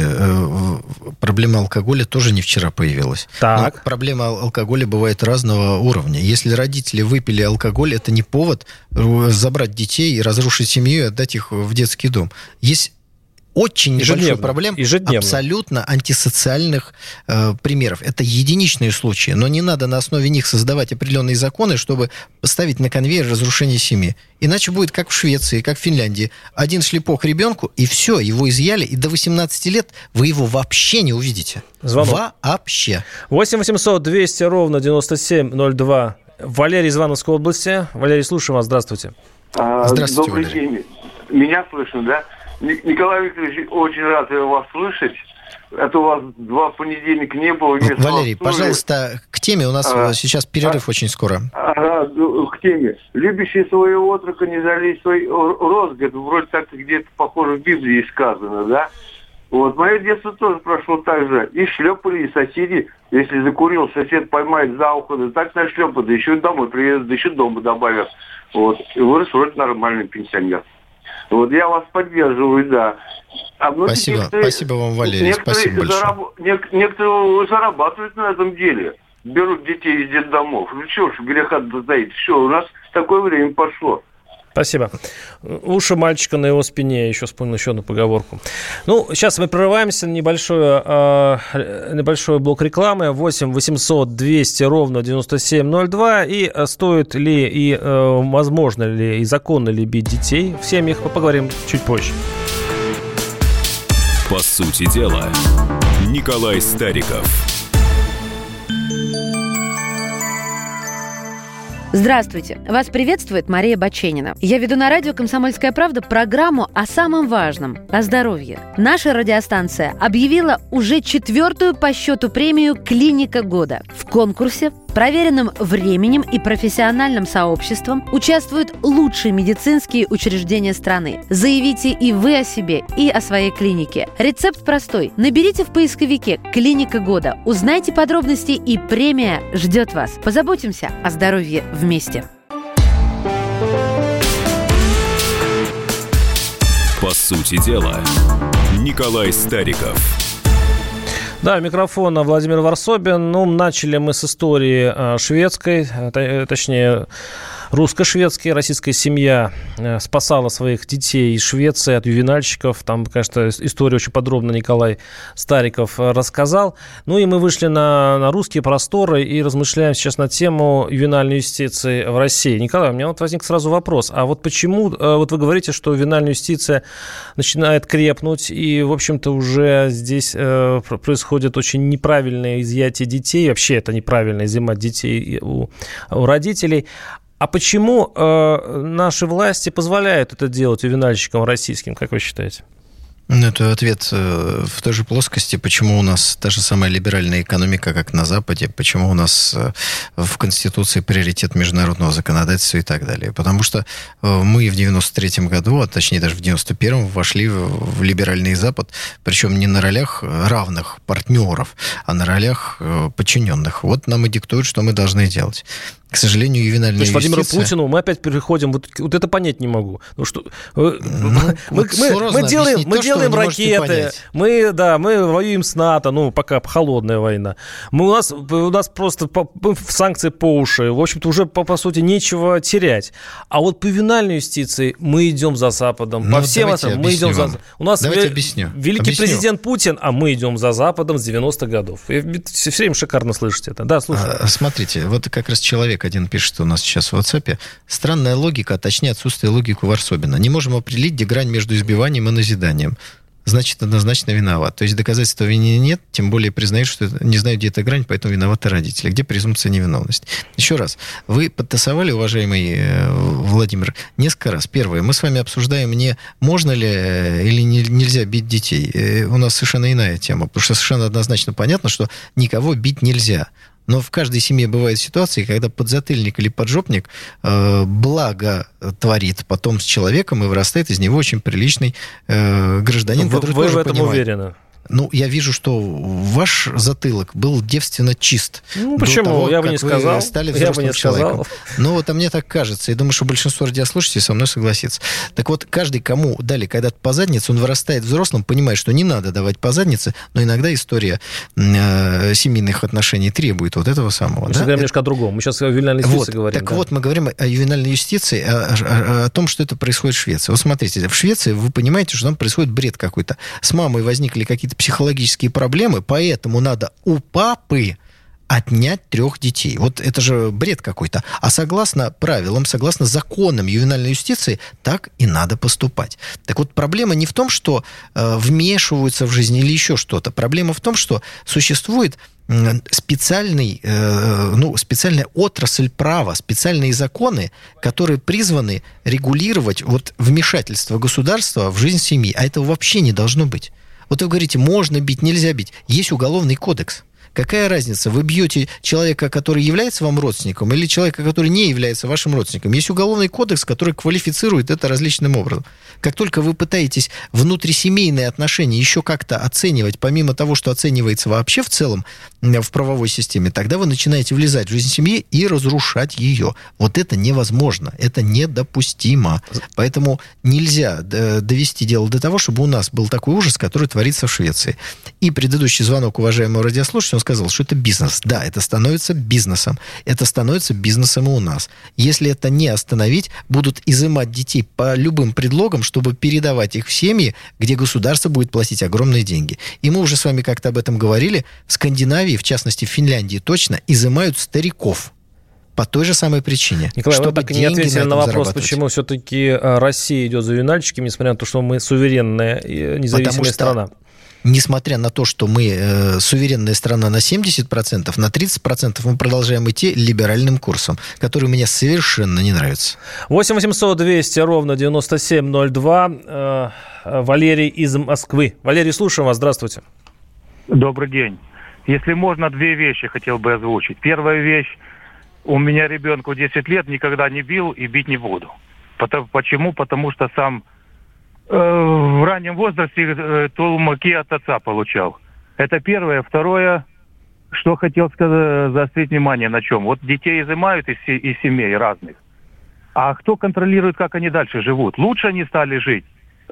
проблема алкоголя тоже не вчера появилась. Так. Но проблема алкоголя бывает разного уровня. Если родители выпили алкоголь, это не повод забрать детей и разрушить семью и отдать их в детский дом. Есть очень небольшой проблем абсолютно антисоциальных э, примеров. Это единичные случаи, но не надо на основе них создавать определенные законы, чтобы поставить на конвейер разрушение семьи. Иначе будет как в Швеции, как в Финляндии. Один шлепок ребенку, и все, его изъяли, и до восемнадцати лет вы его вообще не увидите. Звонок. Вообще. восемь восемьсот двести ровно девяносто семь ноль два. Валерий из Ивановской области. Валерий, слушаем вас. Здравствуйте. А, Здравствуйте, добрый Валерий. день. Меня слышно, да? Николай Викторович, очень рад вас слышать. Это у вас два понедельника не было. Валерий, пожалуйста, к теме. У нас а, сейчас перерыв а, очень скоро. А, к теме. Любящий своего отрока не залезть в свой розгад. Вроде так где-то, похоже, в Библии сказано, да? Вот, мое детство тоже прошло так же. И шлепали, и соседи, если закурил, сосед поймает за ухо, да так нашлепает, да еще и домой приедет, да еще дома добавят. Вот, и вырос вроде нормальный пенсионер. Вот я вас поддерживаю, да. А спасибо, некоторые, спасибо вам, Валерий, спасибо большое. Зараб... Нек... Некоторые зарабатывают на этом деле. Берут детей из детдомов. Ну что ж, греха достоит. Все, у нас такое время пошло. Спасибо. Уши мальчика на его спине. Еще вспомнил еще одну поговорку. Ну, сейчас мы прерываемся на небольшой, э, небольшой блок рекламы. восемь восемьсот двести ровно девяносто семь ноль два. И стоит ли, и э, возможно ли, и законно ли бить детей в семьях, мы поговорим чуть позже. По сути дела, Николай Стариков. Здравствуйте! Вас приветствует Мария Баченина. Я веду на радио «Комсомольская правда» программу о самом важном – о здоровье. Наша радиостанция объявила уже четвертую по счету премию «Клиника года». В конкурсе, проверенном временем и профессиональным сообществом, участвуют лучшие медицинские учреждения страны. Заявите и вы о себе, и о своей клинике. Рецепт простой. Наберите в поисковике «Клиника года», узнайте подробности, и премия ждет вас. Позаботимся о здоровье в вместе. По сути дела, Николай Стариков. Да, микрофон Владимир Варсобин. Ну, начали мы с истории шведской, точнее, русско-шведской. Российская семья спасала своих детей из Швеции от ювенальщиков. Там, конечно, историю очень подробно Николай Стариков рассказал. Ну и мы вышли на, на русские просторы и размышляем сейчас на тему ювенальной юстиции в России. Николай, у меня вот возник сразу вопрос. А вот почему, вот вы говорите, что ювенальная юстиция начинает крепнуть, и, в общем-то, уже здесь э, происходит очень неправильное изъятие детей. Вообще это неправильно изъимать детей у, у родителей. А почему э, наши власти позволяют это делать ювенальщикам российским, как вы считаете? Ну, это ответ в той же плоскости, почему у нас та же самая либеральная экономика, как на Западе, почему у нас в Конституции приоритет международного законодательства и так далее. Потому что мы в девяносто третьем году, а точнее даже в девяносто первом, вошли в либеральный Запад, причем не на ролях равных партнеров, а на ролях подчиненных. Вот нам и диктуют, что мы должны делать. К сожалению, ювенальная юстиция... То есть Владимиру Путину мы опять переходим... Вот, вот это понять не могу. Ну, что, ну, мы, вот мы, мы делаем, мы то, делаем ракеты, мы, да, мы воюем с НАТО, ну, пока холодная война. Мы, у, нас, у нас просто по, санкции по уши. В общем-то, уже, по, по сути, нечего терять. А вот по ювенальной юстиции мы идем за Западом. Ну, по всем этим мы идем вам. за... У нас давайте ве... объясню. великий объясню. президент Путин, а мы идем за Западом с девяностых годов. Все время шикарно слышите это. Да, слушай. А, смотрите, вот как раз человек один пишет у нас сейчас в WhatsApp. Странная логика, а точнее отсутствие логики у Варсобина. Не можем определить, где грань между избиванием и назиданием. значит, однозначно виноват. То есть доказательства вины нет, тем более признают, что не знаю, где эта грань, поэтому виноваты родители. Где презумпция невиновности? Еще раз. Вы подтасовали, уважаемый Владимир, несколько раз. Первое. Мы с вами обсуждаем, не можно ли или не, нельзя бить детей. У нас совершенно иная тема, потому что совершенно однозначно понятно, что никого бить нельзя. Но в каждой семье бывают ситуации, когда подзатыльник или поджопник э, благо творит потом с человеком и вырастает из него очень приличный э, гражданин, вы, который вы тоже в этом понимает. уверены? Ну, я вижу, что ваш затылок был девственно чист. Ну, почему? Того, я бы не сказал. Стали я бы не человеком. сказал. Ну, вот, а мне так кажется. Я думаю, что большинство радиослушателей со мной согласится. Так вот, каждый, кому дали когда-то по заднице, он вырастает взрослым, понимает, что не надо давать по заднице, но иногда история э, семейных отношений требует вот этого самого. Мы да? говорим немножко о другом. Мы сейчас о ювенальной юстиции вот, говорим. Так да. вот, мы говорим о ювенальной юстиции, о, о, о том, что это происходит в Швеции. Вот смотрите, в Швеции вы понимаете, что там происходит бред какой-то. С мамой возникли какие-то психологические проблемы, поэтому надо у папы отнять трех детей. Вот это же бред какой-то. А согласно правилам, согласно законам ювенальной юстиции, так и надо поступать. Так вот, проблема не в том, что э, вмешиваются в жизнь или еще что-то. Проблема в том, что существует специальный, э, ну, специальная отрасль права, специальные законы, которые призваны регулировать вот вмешательство государства в жизнь семьи. А этого вообще не должно быть. Вот вы говорите, можно бить, нельзя бить. Есть уголовный кодекс. Какая разница, вы бьете человека, который является вам родственником, или человека, который не является вашим родственником? Есть уголовный кодекс, который квалифицирует это различным образом. Как только вы пытаетесь внутрисемейные отношения еще как-то оценивать, помимо того, что оценивается вообще в целом в правовой системе, тогда вы начинаете влезать в жизнь семьи и разрушать ее. Вот это невозможно, это недопустимо. Поэтому нельзя довести дело до того, чтобы у нас был такой ужас, который творится в Швеции. И предыдущий звонок уважаемого радиослушателя, он сказал, что это бизнес. Да, это становится бизнесом. Это становится бизнесом и у нас. Если это не остановить, будут изымать детей по любым предлогам, чтобы передавать их в семьи, где государство будет платить огромные деньги. И мы уже с вами как-то об этом говорили. В Скандинавии, в частности в Финляндии точно, изымают стариков. По той же самой причине. Николай, вы так и не ответили на, на вопрос, почему все-таки Россия идет за ювенальчиками, несмотря на то, что мы суверенная и независимая страна. Несмотря на то, что мы э, суверенная страна на семьдесят процентов, на тридцать процентов мы продолжаем идти либеральным курсом, который мне совершенно не нравится. восемь восемьсот двести ровно девяносто семь ноль два. Э, Валерий из Москвы. Валерий, слушаем вас. Здравствуйте. Добрый день. Если можно, две вещи хотел бы озвучить. Первая вещь. У меня ребенку десять лет, никогда не бил и бить не буду. Почему? Потому что сам в раннем возрасте тулмаки от отца получал. Это первое. Второе, что хотел сказать, заострить внимание на чем. Вот детей изымают из, из семей разных. А кто контролирует, как они дальше живут? Лучше они стали жить.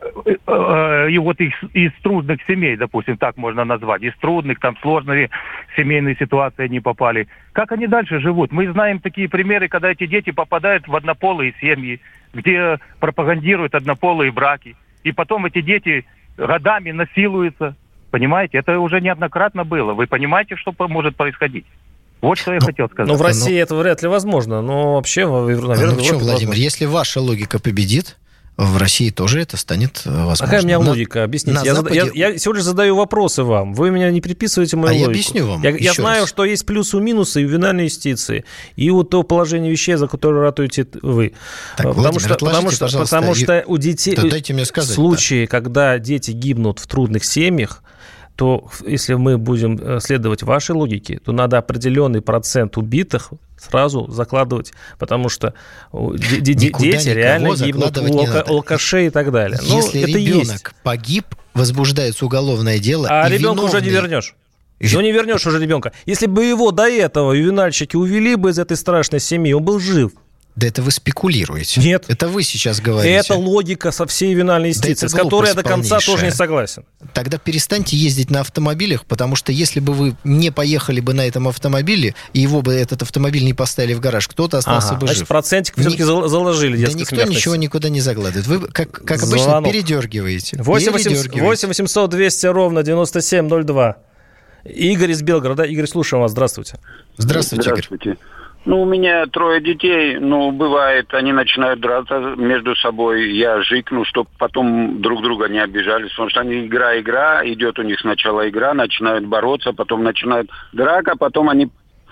И вот их, из трудных семей, допустим, так можно назвать. Из трудных, там, сложные семейные ситуации они попали. Как они дальше живут? Мы знаем такие примеры, когда эти дети попадают в однополые семьи, где пропагандируют однополые браки. И потом эти дети годами насилуются. Понимаете? Это уже неоднократно было. Вы понимаете, что может происходить? Вот что я ну, хотел сказать. Ну, в России ну, это вряд ли возможно. Но вообще, наверное, ну, что, Владимир, возможно. Если ваша логика победит, в России тоже это станет возможно. Какая у меня логика? На, Объясните. На я, Западе... я, я всего лишь задаю вопросы вам. Вы меня не приписываете мою а логику. Я объясню вам. Я, я знаю, раз. что есть плюсы и минусы ювенальной юстиции. И вот то положение вещей, за которое ратуете вы. Так, потому Владимир, что, потому, что, потому что у детей... Да, дайте мне сказать, случаи, да. когда дети гибнут в трудных семьях, то если мы будем следовать вашей логике, то надо определенный процент убитых сразу закладывать, потому что дети реально гибнут у алка- алкашей и так далее. Если ну, это ребенок есть. Погиб, возбуждается уголовное дело. А и ребенка виновный... уже не вернешь. Ну, не вернешь уже ребенка. Если бы его до этого ювенальщики увели бы из этой страшной семьи, он был жив. Да это вы спекулируете. Нет. Это вы сейчас говорите. Это логика со всей ювенальной юстиции, да с которой я до конца тоже не согласен. Тогда перестаньте ездить на автомобилях, потому что если бы вы не поехали бы на этом автомобиле, и его бы этот автомобиль не поставили в гараж, кто-то остался ага, бы значит, жив. процентик все-таки Ни... заложили. Да никто ничего никуда не загладывает. Вы, как, как обычно, Звонок. передергиваете. восемь восемьсот двести ровно девяносто семь ноль два. Игорь из Белгорода. Игорь, слушаем вас. Здравствуйте. Здравствуйте, Здравствуйте. Игорь. Ну, у меня трое детей, ну, бывает, они начинают драться между собой, я жикну, чтобы потом друг друга не обижались, потому что они игра-игра, идет у них сначала игра, начинают бороться, потом начинают драка, потом они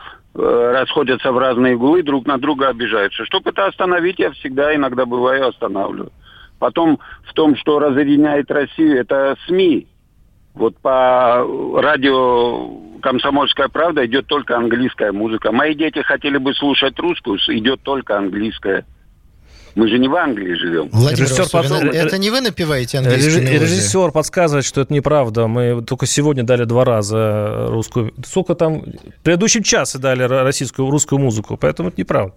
э, расходятся в разные углы, друг на друга обижаются. Чтобы это остановить, я всегда иногда бываю останавливаю. Потом в том, что разъединяет Россию, это СМИ. Вот по радио «Комсомольская правда» идет только английская музыка. Мои дети хотели бы слушать русскую, идет только английская. Мы же не в Англии живем. Владимир Васильевич, это не вы напеваете английские мелодии? Режиссер подсказывает, что это неправда. Мы только сегодня дали два раза русскую. Сколько там? В предыдущем часе дали российскую, русскую музыку, поэтому это неправда.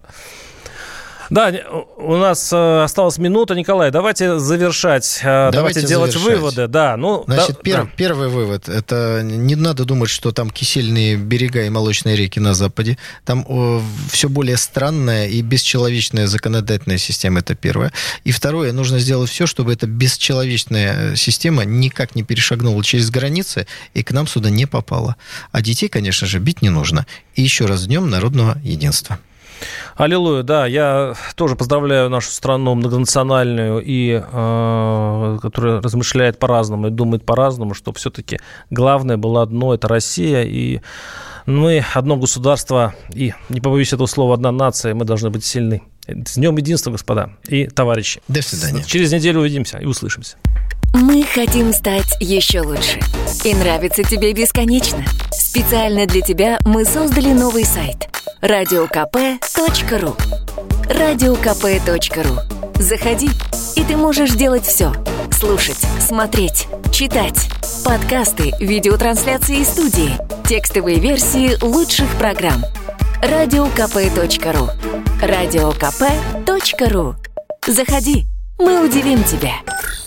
Да, у нас осталась минута. Николай, давайте завершать, давайте, давайте делать завершать. выводы. Да, ну, Значит, да, пер, да. первый вывод. Это не надо думать, что там кисельные берега и молочные реки на Западе. Там о, все более странная и бесчеловечная законодательная система. Это первое. И второе, нужно сделать все, чтобы эта бесчеловечная система никак не перешагнула через границы и к нам сюда не попала. А детей, конечно же, бить не нужно. И еще раз с Днем народного единства. Аллилуйя, да, я тоже поздравляю нашу страну многонациональную, и, э, которая размышляет по-разному и думает по-разному, что все-таки главное было одно, это Россия, и мы одно государство, и, не побоюсь этого слова, одна нация, мы должны быть сильны. С Днем единства, господа и товарищи. До свидания. Через неделю увидимся и услышимся. Мы хотим стать еще лучше. И нравится тебе бесконечно. Специально для тебя мы создали новый сайт – радио ка пэ точка ру. радио ка пэ точка ру. Заходи, и ты можешь делать все. Слушать, смотреть, читать. Подкасты, видеотрансляции из студии, текстовые версии лучших программ. радио ка пэ точка ру. радио ка пэ точка ру. Заходи, мы удивим тебя.